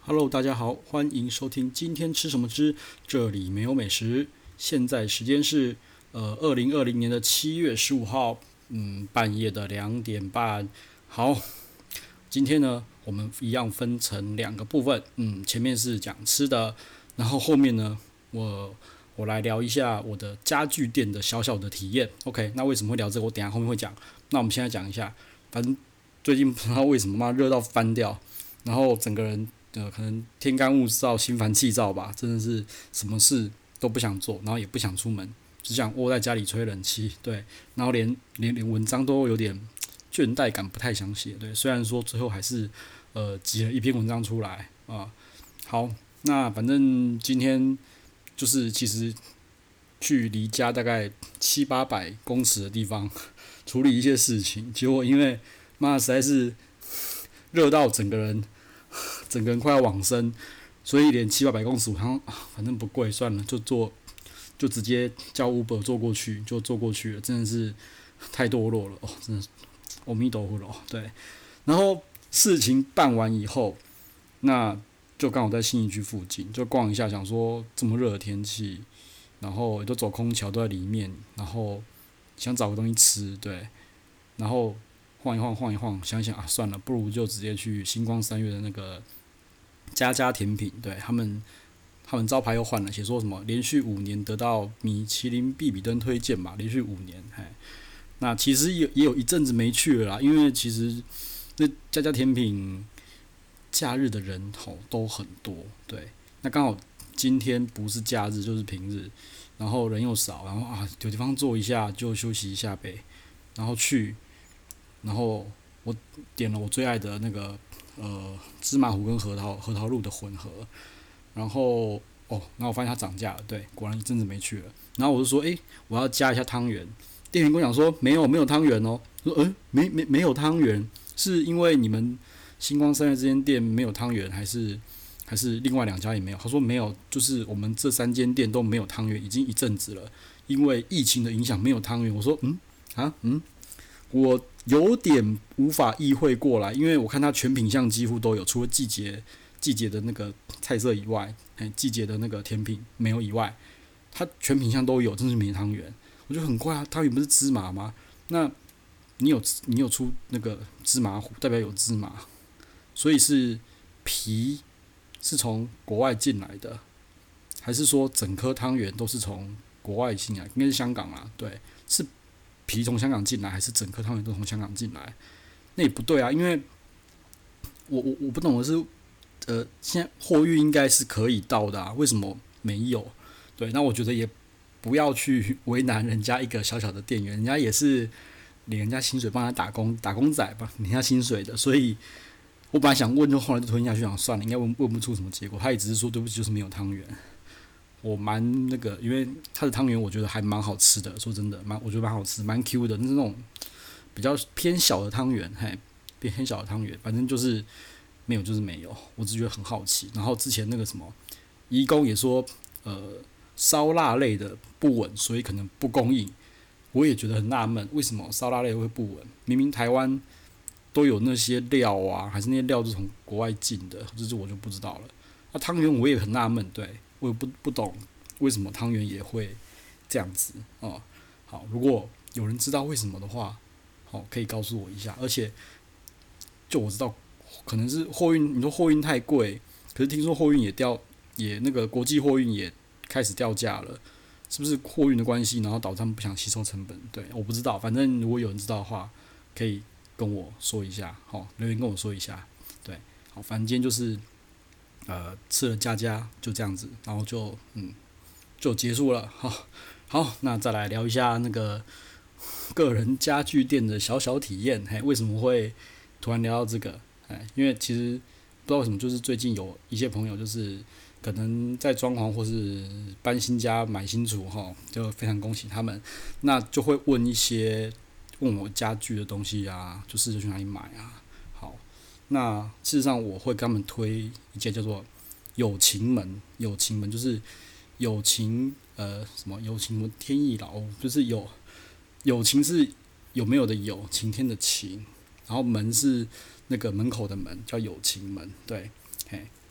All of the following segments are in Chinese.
Hello，大家好，欢迎收听今天吃什么之这里没有美食。现在时间是2020年的7月15号，半夜的2点半。好，今天呢，我们一样分成两个部分，前面是讲吃的，然后后面呢，我来聊一下我的家具店的小小的体验。OK，那为什么会聊这个？我等一下后面会讲。那我们现在讲一下，反正最近不知道为什么热到翻掉，然后整个人可能天干物燥、心烦气躁吧，真的是什么事都不想做，然后也不想出门，只想窝在家里吹冷气。对，然后连文章都有点倦怠感，不太想写。对，虽然说最后还是挤了一篇文章出来啊。好，那反正今天就是其实去离家大概700-800公尺的地方处理一些事情，结果因为实在是热到整个人快要往生，所以连700-800公尺，我想反正不贵，算了，就直接叫 Uber 坐过去，就坐过去了，真的是太堕落了哦，真的是阿弥陀佛了。对，然后事情办完以后，那就刚好在信义区附近，就逛一下，想说这么热的天气，然后也都走空桥都在里面，然后想找个东西吃，对，然后晃一晃，想想啊，算了，不如就直接去星光三月的那个家家甜品，对他们招牌又换了，写说什么连续5年得到米其林必比登推荐嘛，连续5年，那其实也有一阵子没去了啦，因为其实那家家甜品假日的人头都很多，对，那刚好今天不是假日就是平日，然后人又少，然后有地方坐一下就休息一下呗，然后去，然后我点了我最爱的那个芝麻糊跟核桃露的混合，然后然后我发现它涨价了，对，果然一阵子没去了。然后我就说，我要加一下汤圆。店员跟我讲说，没有汤圆哦。我说，没有汤圆，是因为你们星光三月这间店没有汤圆，还是另外2家也没有？他说没有，就是我们这3间店都没有汤圆，已经一阵子了，因为疫情的影响没有汤圆。我说，我有点无法意会过来，因为我看它全品项几乎都有，除了季节的那个菜色以外，季节的那个甜品没有以外，它全品项都有，真是没汤圆。我觉得很怪啊，汤圆不是芝麻吗？那你有出那个芝麻糊，代表有芝麻，所以是皮是从国外进来的，还是说整颗汤圆都是从国外进来？应该是香港啦，对，是皮从香港进来，还是整颗汤圆都从香港进来？那也不对啊，因为我不懂的是，现在货运应该是可以到的啊，为什么没有？对，那我觉得也不要去为难人家一个小小的店员，人家也是领人家薪水帮他打工仔吧，领人家薪水的，所以我本来想问，就后来就吞下去，想算了，应该问不出什么结果。他也只是说对不起，就是没有汤圆。我蛮那个，因为他的汤圆我觉得还蛮好吃的，说真的，我觉得蛮好吃，蛮 Q 的，那是那种比较偏小的汤圆，偏小的汤圆，反正就是没有就是没有，我只觉得很好奇。然后之前那个什么，义工也说，烧腊类的不稳，所以可能不供应。我也觉得很纳闷，为什么烧腊类会不稳？明明台湾都有那些料啊，还是那些料是从国外进的，这是我就不知道了。那汤圆我也很纳闷，对我也不懂为什么汤圆也会这样子哦。好，如果有人知道为什么的话，可以告诉我一下。而且就我知道，可能是货运，你说货运太贵，可是听说货运也那个国际货运也开始掉价了，是不是货运的关系，然后导致他们不想吸收成本？对，我不知道，反正如果有人知道的话，可以跟我说一下，留言跟我说一下。对，好，反正今天就是吃了家家就这样子，然后就结束了。好，那再来聊一下那个个人家具店的小小体验。为什么会突然聊到这个？因为其实不知道为什么，就是最近有一些朋友就是可能在装潢或是搬新家买新厨就非常恭喜他们。那就会问我家具的东西啊，就是去哪里买啊？好，那事实上我会跟他们推一件叫做有情门，有情门就是有情什么有情天意老，就是有情是有没有的有，晴天的晴，然后门是那个门口的门，叫有情门，对，嘿，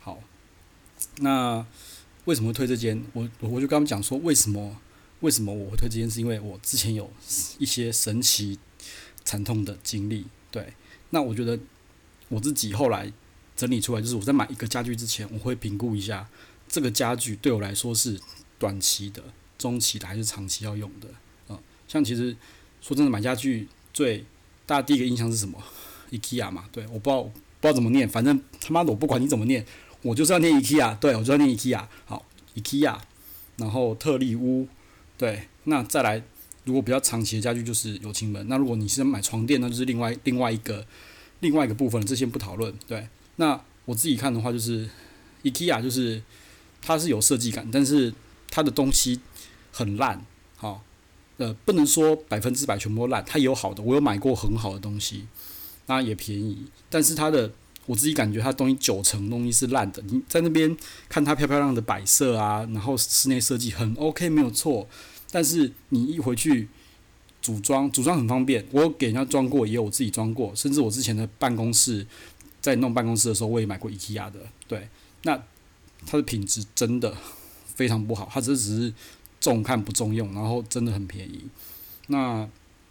好，那为什么会推这间？我就跟他们讲说，为什么我会推这间，是因为我之前有一些神奇惨痛的经历。对，那我觉得我自己后来整理出来，就是我在买一个家具之前，我会评估一下这个家具对我来说是短期的、中期的还是长期要用的。像其实说真的，买家具大家第一个印象是什么？IKEA 嘛，对，我不知道怎么念，反正他妈的我不管你怎么念，我就是要念 IKEA，对，我就要念 IKEA。好，IKEA，然后特力屋，对，那再来，如果比较长期的家具就是友情门。那如果你是买床垫，那就是另外一个部分，这先不讨论。对，那我自己看的话，就是 IKEA，就是它是有设计感，但是它的东西很烂，好，不能说100%全部都烂，它也有好的，我有买过很好的东西，那也便宜，但是我自己感觉它的东西90%东西是烂的。你在那边看它漂漂亮的摆设啊，然后室内设计很 OK 没有错，但是你一回去组装很方便，我有给人家装过，也有我自己装过，甚至我之前的办公室在弄办公室的时候，我也买过 IKEA 的。对，那它的品质真的非常不好，它只是重看不重用，然后真的很便宜。那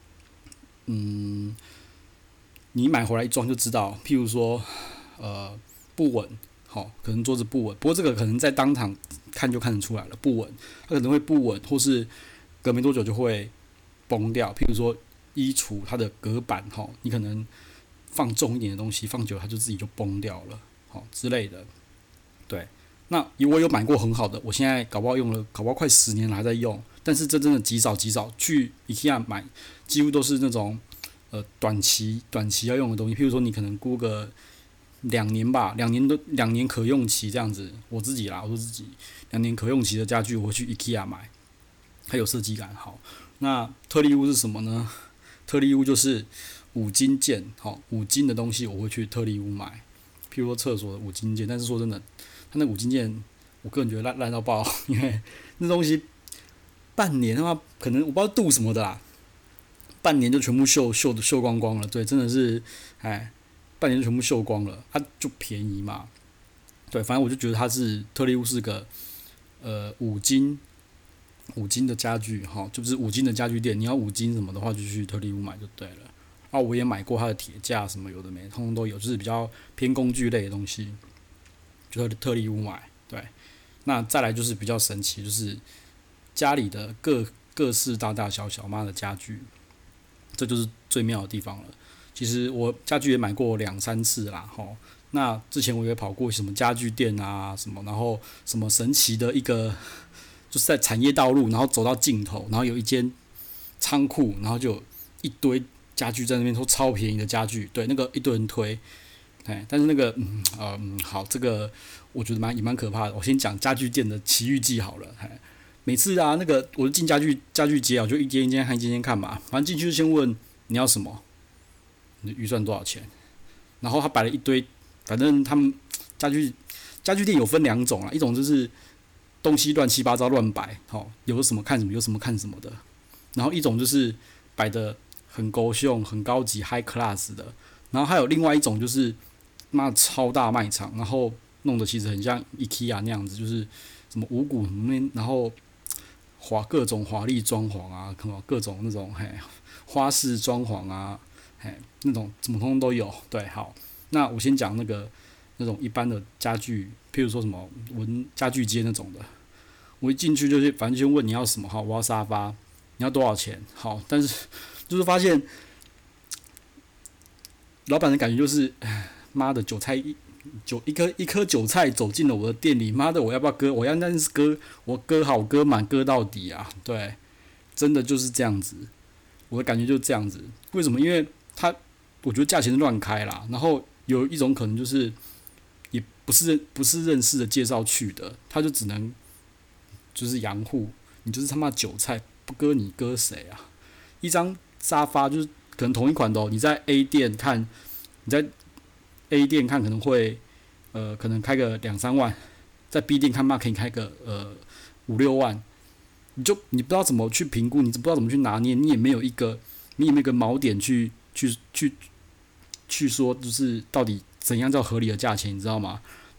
你买回来一装就知道，譬如说不稳，可能桌子不稳，不过这个可能在当场看就看得出来了，不稳，它可能会不稳，或是隔没多久就会崩掉。譬如说衣橱它的隔板，你可能放重一点的东西，放久了它就自己就崩掉了，之类的。对，那我有买过很好的，我现在搞不好快10年了还在用，但是这真的极少去 IKEA 买，几乎都是那种短期要用的东西，譬如说你可能估个2年吧，两年可用期这样子。我说自己2年可用期的家具，我会去 IKEA 买，还有设计感好。那特力屋是什么呢？特力屋就是五金件，五金的东西我会去特力屋买，譬如说厕所的五金件。但是说真的，它那五金件，我个人觉得烂到爆，因为那东西半年的话，可能我不知道镀什么的啦，半年就全部锈光光了。对，真的是，半年就全部锈光了，它就便宜嘛。对，反正我就觉得它是特力屋是个五金的家具，就是五金的家具店。你要五金什么的话，就去特力屋买就对了。我也买过它的铁架什么有的没，通通都有，就是比较偏工具类的东西，就特力屋买。对，那再来就是比较神奇，就是家里的各式大大小小妈的家具，这就是最妙的地方了。其实我家具也买过2-3次啦，那之前我也跑过什么家具店啊，什么，然后什么神奇的一个，就是在产业道路，然后走到尽头，然后有一间仓库，然后就有一堆家具在那边，说超便宜的家具，对，那个一堆人推，但是那个，好，这个我觉得也蛮可怕的。我先讲家具店的奇遇记好了，每次啊，那个我就进家具街啊，我就一间一间看，一间一间看嘛，反正进去就先问你要什么，你的预算多少钱，然后他摆了一堆，反正他们家具店有分2种啦，一种就是东西乱七八糟乱摆，有什么看什么，有什么看什么的，然后一种就是摆的很高秀、很高级 high class 的，然后还有另外一种就是妈的超大卖场，然后弄得其实很像 IKEA 那样子，就是什么五谷什么，然后各种华丽装潢啊，各种那种花式装潢啊，那种怎么通通都有。对，好，那我先讲那种一般的家具，譬如说什么家具街那种的，我一进去就是反正就问你要什么，好，我要沙发，你要多少钱？好，但是就是发现老板的感觉就是，妈的一颗韭菜走进了我的店里，妈的我要不要割？我要那是割，我割好割满割到底啊！对，真的就是这样子，我的感觉就是这样子。为什么？因为我觉得价钱乱开啦，然后有一种可能就是也不是认识的介绍去的，他就只能就是洋户，你就是他妈韭菜，不割你割谁啊？一张沙发就是可能同一款的你在 A 店看，可能会可能开个2-3万，在 B 店看嘛可以开个5-6万，你不知道怎么去评估，你不知道怎么去拿捏，你也没有一个锚点去说，就是到底怎样叫合理的价钱，你知道吗？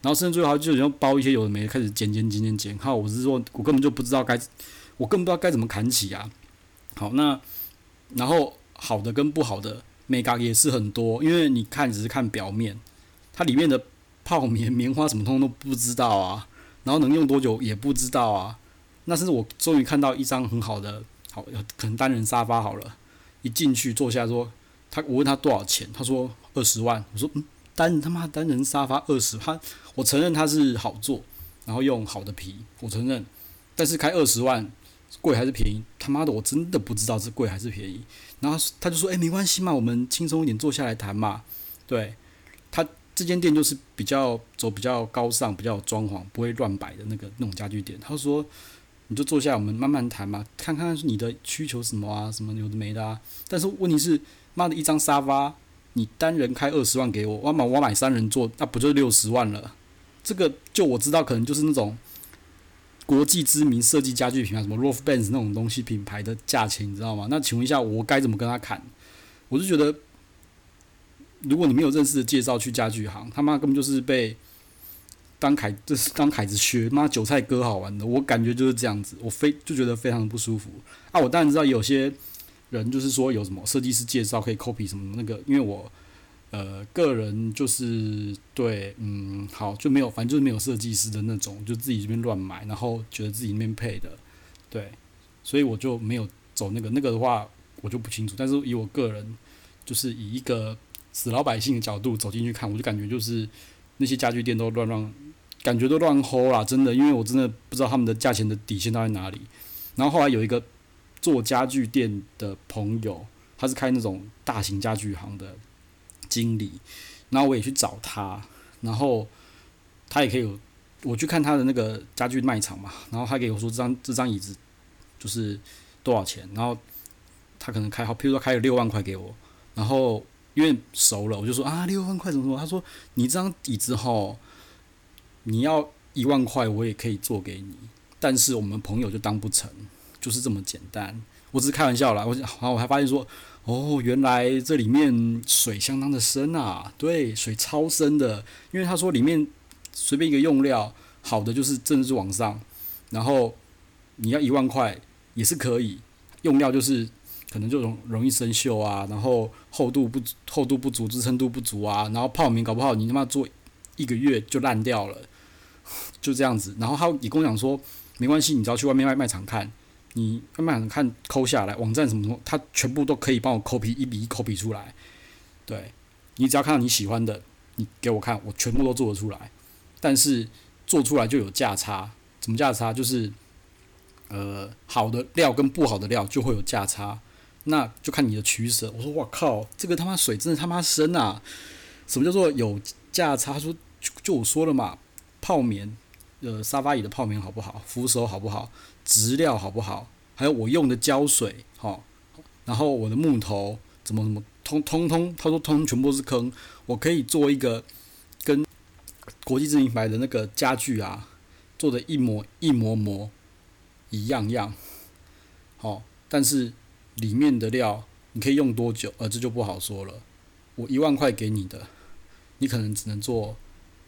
然后甚至最后他就要包一些有的没的，开始剪。好，我是说，我根本就不知道我根本不知道该怎么砍起啊。好，那然后好的跟不好的美感也是很多，因为你看只是看表面，它里面的泡棉、棉花什么通通都不知道啊，然后能用多久也不知道啊。那甚至我终于看到一张很好的，好可能单人沙发好了，一进去坐下说，我问他多少钱，他说20万，我说单人沙发20万，我承认它是好做，然后用好的皮，我承认，但是开20万。贵还是便宜？他妈的，我真的不知道是贵还是便宜。然后他就说：“没关系嘛，我们轻松一点，坐下来谈嘛。”对，他这间店就是比较高尚、比较有装潢、不会乱摆的那种家具店。他说：“你就坐下来，我们慢慢谈嘛，看看你的需求什么啊，什么有的没的啊。”但是问题是，妈的一张沙发，你单人开20万给我，我买3人座，那不就60万了？这个就我知道，可能就是那种。国际知名设计家具品牌，什么 Rothbans 那种东西品牌的价钱，你知道吗？那请问一下，我该怎么跟他砍？我就觉得，如果你没有认识的介绍去家具行，他妈根本就是被当凯子削，妈韭菜割好玩的。我感觉就是这样子，就觉得非常的不舒服啊。我当然知道有些人就是说有什么设计师介绍可以 copy 什么那个，因为我个人就是对，好就没有，反正就是没有设计师的那种，就自己这边乱买，然后觉得自己那边配的，对，所以我就没有走那个的话，我就不清楚。但是以我个人，就是以一个死老百姓的角度走进去看，我就感觉就是那些家具店都感觉都乱吼啦，真的，因为我真的不知道他们的价钱的底线到在哪里。然后后来有一个做家具店的朋友，他是开那种大型家具行的。经理，然后我也去找他，然后他也可以我去看他的那个家具卖场嘛，然后他给我说这张椅子就是多少钱，然后他可能譬如说开了6万块给我，然后因为熟了，我就说啊6万块怎么？他说你这张椅子吼，你要1万块我也可以做给你，但是我们朋友就当不成，就是这么简单。我只是开玩笑啦，我还发现说。哦，原来这里面水相当的深啊！对，水超深的，因为他说里面随便一个用料，好的就是真的是往上，然后你要1万块也是可以，用料就是可能就容易生锈啊，然后厚度不足，支撑度不足啊，然后泡棉搞不好你他妈做1个月就烂掉了，就这样子。然后他也跟我讲说，没关系，你只要去外面卖场看。你慢慢看抠下来，网站什么，它全部都可以帮我 copy 1比1 copy 出来。对，你只要看到你喜欢的，你给我看，我全部都做得出来。但是做出来就有价差，怎么价差？就是好的料跟不好的料就会有价差，那就看你的取舍。我说哇靠，这个他妈水真的他妈深啊！什么叫做有价差？他说就我说了嘛，泡棉，沙发椅的泡棉好不好？扶手好不好？质料好不好？还有我用的胶水，然后我的木头怎么通，他说通全部都是坑。我可以做一个跟国际知名牌的那个家具啊，做的一模一样，但是里面的料你可以用多久？这就不好说了。我1万块给你的，你可能只能做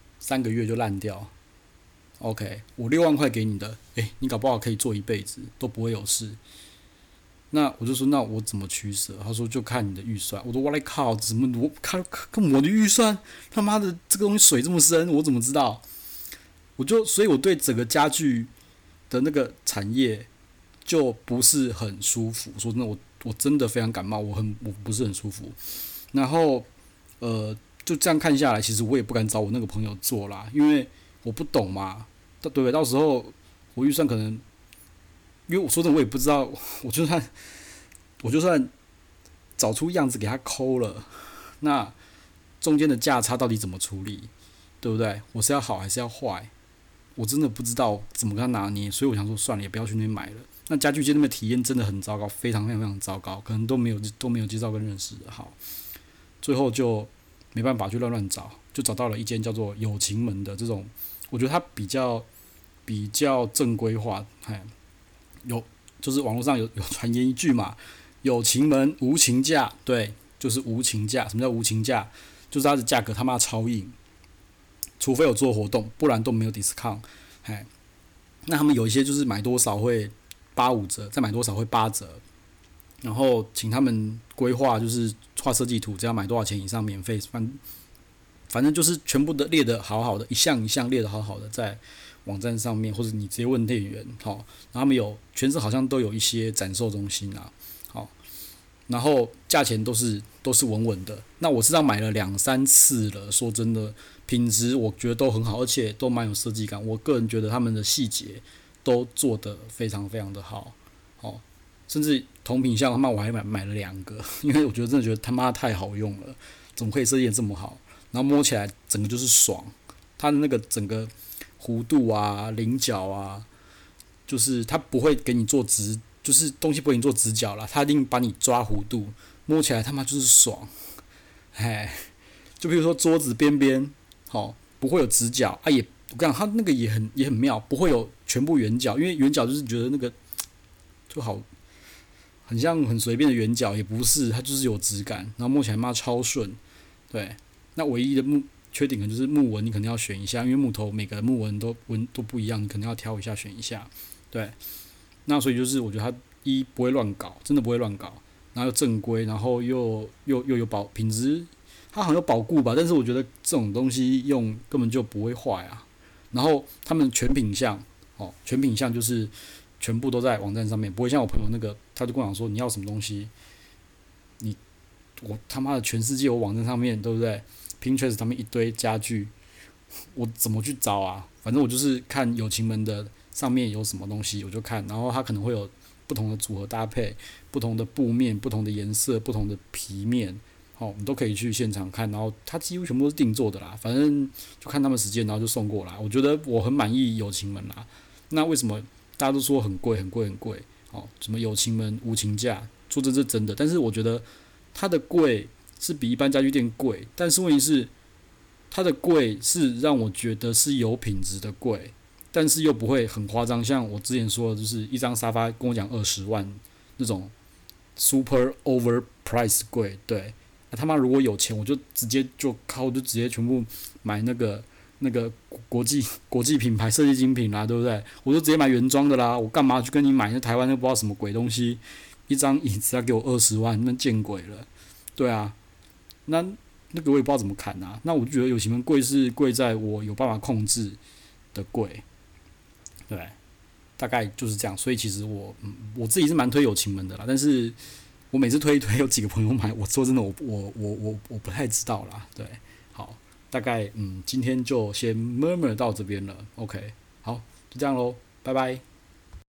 3个月就烂掉。OK， 我6万块给你的，你搞不好可以做一辈子都不会有事。那我就说，那我怎么取舍？他说就看你的预算。我说我来靠，怎么我看我的预算？他妈的，这个东西水这么深，我怎么知道？所以我对整个家具的那个产业就不是很舒服。说真的，我真的非常感冒，我不是很舒服。然后就这样看下来，其实我也不敢找我那个朋友做啦，因为我不懂嘛，对不对？到时候我预算可能，因为我说真的，我也不知道，我就算找出样子给他抠了，那中间的价差到底怎么处理，对不对？我是要好还是要坏？我真的不知道怎么跟他拿捏，所以我想说算了，也不要去那边买了。那家具街那边体验真的很糟糕，非常非常非常糟糕，可能都没有介绍跟认识的好，最后就没办法去乱找，就找到了一间叫做有情门的这种。我觉得它比较正规化，就是网络上有传言一句嘛，有情门无情价，对，就是无情价。什么叫无情价？就是它的价格他妈超硬， 除非有做活动，不然都没有 discount。哎，那他们有一些就是买多少会85折，再买多少会8折，然后请他们规划就是画设计图，只要买多少钱以上免费，反正就是全部的列的好好的，一项一项列的好好的，在网站上面，或者你直接问店员，好，然后他们全市好像都有一些展售中心啊，好，然后价钱都是稳稳的。那我是这样买了2、3次了，说真的，品质我觉得都很好，而且都蛮有设计感。我个人觉得他们的细节都做得非常非常的好，哦，甚至同品相他妈我还买了2个，因为我真的觉得他妈太好用了，怎么可以设计得这么好？然后摸起来整个就是爽，它的那个整个弧度啊、棱角啊，就是它不会给你做直，就是东西不会给你做直角啦，它一定把你抓弧度，摸起来他妈就是爽，哎，就比如说桌子边边，好，不会有直角啊，我跟你讲，它那个也很妙，不会有全部圆角，因为圆角就是觉得那个就好，很像很随便的圆角，也不是，它就是有质感，然后摸起来妈超顺，对，那唯一的缺点可能就是木纹，你可能要选一下，因为木头每个木纹都不一样，你可能要挑一下选一下，对，那所以就是我觉得它不会乱搞，真的不会乱搞，然后又正规，然后又有品质，它好像有保固吧，但是我觉得这种东西用根本就不会坏啊。然后他们全品项，全品项就是全部都在网站上面，不会像我朋友那个，他就跟我讲说你要什么东西，我他妈的全世界我网站上面对不对？Pinterest 上面一堆家具，我怎么去找啊？反正我就是看有情门的上面有什么东西我就看，然后它可能会有不同的组合搭配，不同的布面、不同的颜色、不同的皮面，你都可以去现场看，然后它几乎全部都是定做的啦，反正就看他们时间，然后就送过来。我觉得我很满意有情门啦。那为什么大家都说很贵很贵很贵？什么有情门无情价？说这是真的，但是我觉得它的贵是比一般家具店贵，但是问题是它的贵是让我觉得是有品质的贵，但是又不会很夸张，像我之前说的，就是一张沙发跟我讲20万那种 super overprice 贵，对，他妈如果有钱，我就直接全部买那个国际品牌设计精品啦，对不对？我就直接买原装的啦，我干嘛去跟你买那台湾那不知道什么鬼东西？一张椅子要给我20万，那见鬼了，对啊，那个我也不知道怎么砍啊。那我就觉得有情门贵是贵在我有办法控制的贵，对，大概就是这样。所以其实我自己是蛮推有情门的啦，但是我每次推一推，有几个朋友买，我说真的，我不太知道啦。对，好，大概今天就先 murmur 到这边了。OK，好，就这样喽，拜拜。